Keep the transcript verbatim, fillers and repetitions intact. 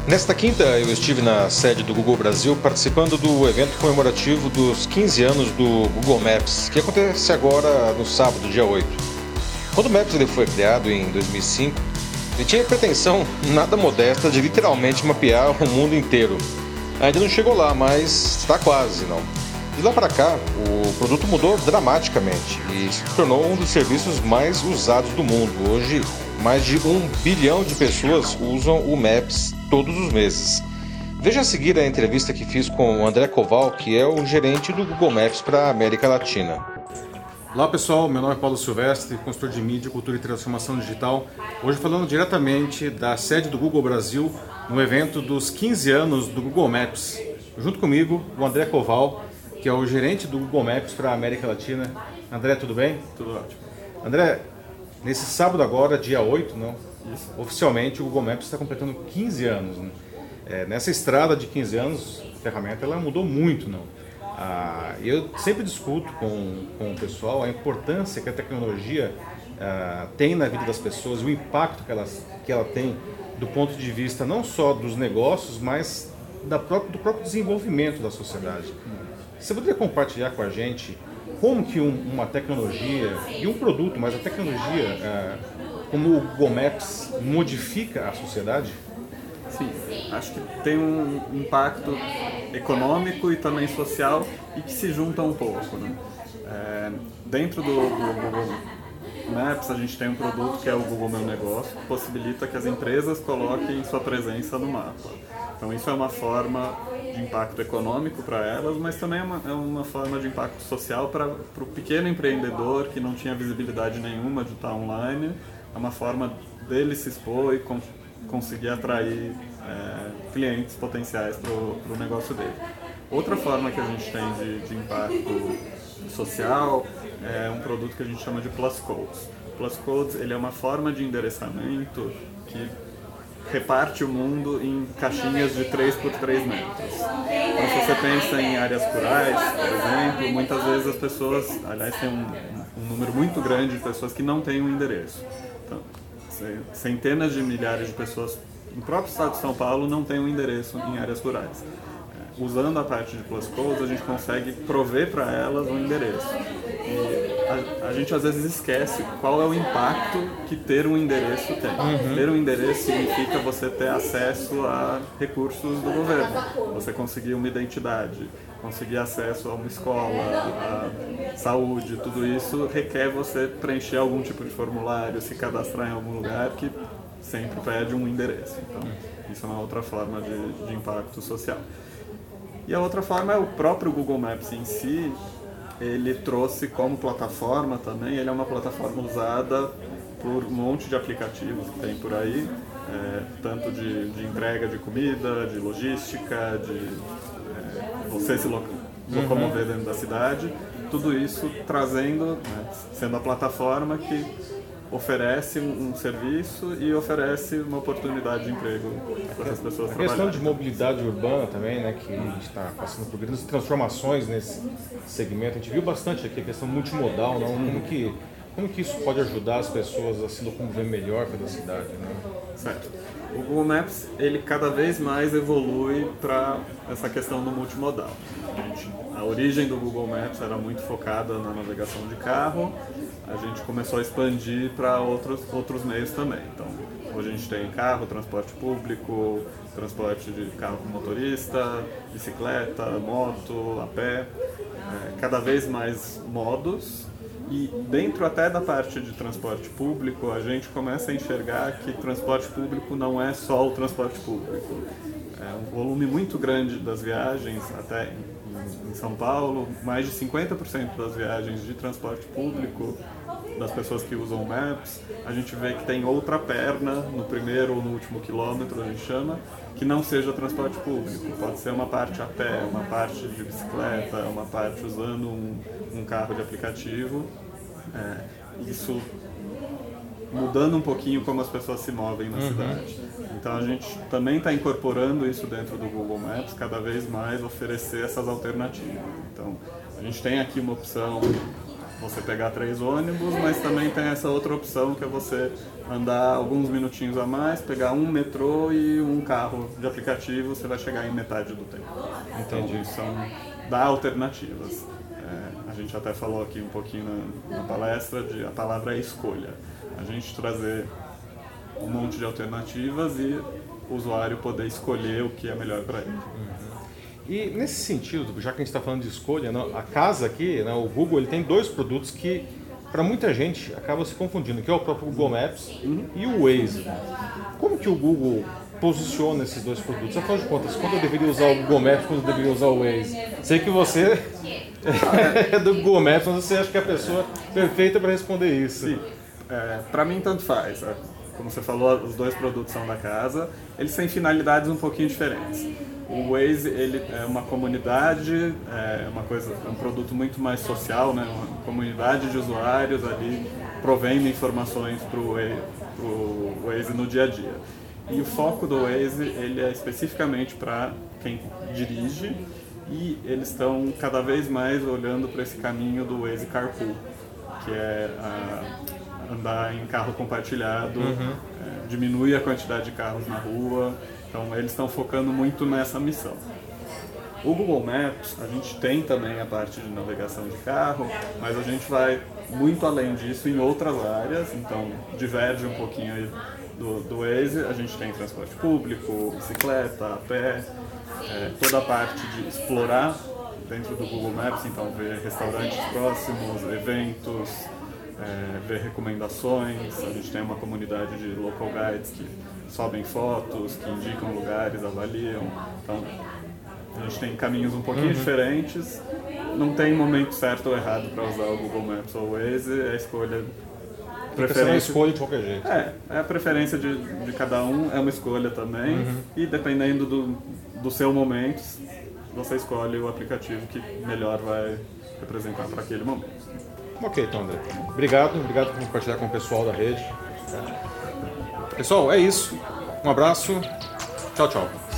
Nesta quinta, eu estive na sede do Google Brasil participando do evento comemorativo dos quinze anos do Google Maps, que acontece agora no sábado, dia oito. Quando o Maps ele foi criado em dois mil e cinco, ele tinha a pretensão nada modesta de literalmente mapear o mundo inteiro. Ainda não chegou lá, mas está quase, não. De lá para cá, o produto mudou dramaticamente e se tornou um dos serviços mais usados do mundo. Hoje, mais de um bilhão de pessoas usam o Maps todos os meses. Veja a seguir a entrevista que fiz com o André Koval, que é o gerente do Google Maps para a América Latina. Olá pessoal, meu nome é Paulo Silvestre, consultor de mídia, cultura e transformação digital. Hoje falando diretamente da sede do Google Brasil, no evento dos quinze anos do Google Maps. Junto comigo, o André Koval, que é o gerente do Google Maps para a América Latina. André, tudo bem? Tudo ótimo. André, nesse sábado agora, dia oito, não? Isso. Oficialmente o Google Maps está completando quinze anos. Né? É, nessa estrada de quinze anos, a ferramenta ela mudou muito, não? Ah, eu sempre discuto com, com o pessoal a importância que a tecnologia ah, tem na vida das pessoas, o impacto que ela, que ela tem do ponto de vista não só dos negócios, mas da própria, do próprio desenvolvimento da sociedade. Você poderia compartilhar com a gente como que um, uma tecnologia, e um produto, mas a tecnologia, ah, como o Google Maps, modifica a sociedade? Sim, acho que tem um impacto econômico e também social e que se junta um pouco. Né? É, dentro do, do Google Maps a gente tem um produto que é o Google Meu Negócio, que possibilita que as empresas coloquem sua presença no mapa. Então isso é uma forma de impacto econômico para elas, mas também é uma, é uma forma de impacto social para o pequeno empreendedor que não tinha visibilidade nenhuma de estar online. É uma forma dele se expor e con conseguir atrair é, clientes potenciais para o negócio dele. Outra forma que a gente tem de, de impacto social é um produto que a gente chama de Plus Codes. Plus Codes ele é uma forma de endereçamento que reparte o mundo em caixinhas de três por três metros. Então, se você pensa em áreas rurais, por exemplo, muitas vezes as pessoas, aliás, tem um, um número muito grande de pessoas que não têm um endereço. Então, centenas de milhares de pessoas no próprio estado de São Paulo não têm um endereço em áreas rurais. Usando a parte de Plus Codes, a gente consegue prover para elas um endereço. E a, a gente às vezes esquece qual é o impacto que ter um endereço tem. Uhum. Ter um endereço significa você ter acesso a recursos do governo, você conseguir uma identidade, conseguir acesso a uma escola, a saúde, tudo isso requer você preencher algum tipo de formulário, se cadastrar em algum lugar que sempre pede um endereço. Então, isso é uma outra forma de, de impacto social. E a outra forma é o próprio Google Maps em si, ele trouxe como plataforma também, ele é uma plataforma usada por um monte de aplicativos que tem por aí, é, tanto de, de entrega de comida, de logística, de é, você se locomover dentro da cidade, tudo isso trazendo, né, sendo a plataforma que oferece um, um serviço e oferece uma oportunidade de emprego para essas pessoas trabalharem. A questão de mobilidade urbana também, né, que a gente está passando por grandes transformações nesse segmento. A gente viu bastante aqui a questão multimodal, não? Como que, como que isso pode ajudar as pessoas a se locomover melhor pela cidade? Né? Certo. O Google Maps, ele cada vez mais evolui para essa questão do multimodal. A origem do Google Maps era muito focada na navegação de carro, a gente começou a expandir para outros, outros meios também. Então, hoje a gente tem carro, transporte público, transporte de carro com motorista, bicicleta, moto, a pé, é, cada vez mais modos. E dentro até da parte de transporte público, a gente começa a enxergar que transporte público não é só o transporte público. É um volume muito grande das viagens, até em, em São Paulo, mais de cinquenta por cento das viagens de transporte público, das pessoas que usam o Maps, a gente vê que tem outra perna no primeiro ou no último quilômetro, a gente chama, que não seja transporte público. Pode ser uma parte a pé, uma parte de bicicleta, uma parte usando um, um carro de aplicativo. É, isso mudando um pouquinho como as pessoas se movem na uhum. cidade. Então a gente também está incorporando isso dentro do Google Maps, cada vez mais oferecer essas alternativas. Então a gente tem aqui uma opção você pegar três ônibus, mas também tem essa outra opção que é você andar alguns minutinhos a mais, pegar um metrô e um carro de aplicativo, você vai chegar em metade do tempo. Entendi. Então, são, dá alternativas. É, a gente até falou aqui um pouquinho na, na palestra, de, a palavra é escolha. A gente trazer um monte de alternativas e o usuário poder escolher o que é melhor para ele. Uhum. E nesse sentido, já que a gente está falando de escolha, né, a casa aqui, né, o Google, ele tem dois produtos que, para muita gente, acaba se confundindo, que é o próprio Google Maps uhum. e o Waze. Como que o Google posiciona esses dois produtos? Afinal de contas, quando eu deveria usar o Google Maps, quando eu deveria usar o Waze? Sei que você é do Google Maps, mas você acha que é a pessoa perfeita para responder isso. Sim, é, para mim tanto faz. Como você falou, os dois produtos são da casa, eles têm finalidades um pouquinho diferentes. O Waze, ele é uma comunidade, é uma coisa, é um produto muito mais social, né? Uma comunidade de usuários ali provendo informações para o Waze no dia a dia. E o foco do Waze, ele é especificamente para quem dirige, e eles estão cada vez mais olhando para esse caminho do Waze Carpool, que é a andar em carro compartilhado, uhum. é, diminui a quantidade de carros na rua, então eles estão focando muito nessa missão. O Google Maps, a gente tem também a parte de navegação de carro, mas a gente vai muito além disso em outras áreas, então diverge um pouquinho aí do, do Waze, a gente tem transporte público, bicicleta, a pé, é, toda a parte de explorar dentro do Google Maps, então ver restaurantes próximos, eventos, É, ver recomendações. A gente tem uma comunidade de local guides que sobem fotos, que indicam lugares, avaliam. Então, a gente tem caminhos um pouquinho uhum. diferentes. Não tem momento certo ou errado para usar o Google Maps ou o Waze, é a escolha. Preferência... escolha de qualquer jeito. É, é a preferência de, de cada um, é uma escolha também. Uhum. E dependendo do, do seu momento, você escolhe o aplicativo que melhor vai representar para aquele momento. Ok, então, André. Obrigado, obrigado por compartilhar com o pessoal da rede. Pessoal, é isso. Um abraço. Tchau, tchau.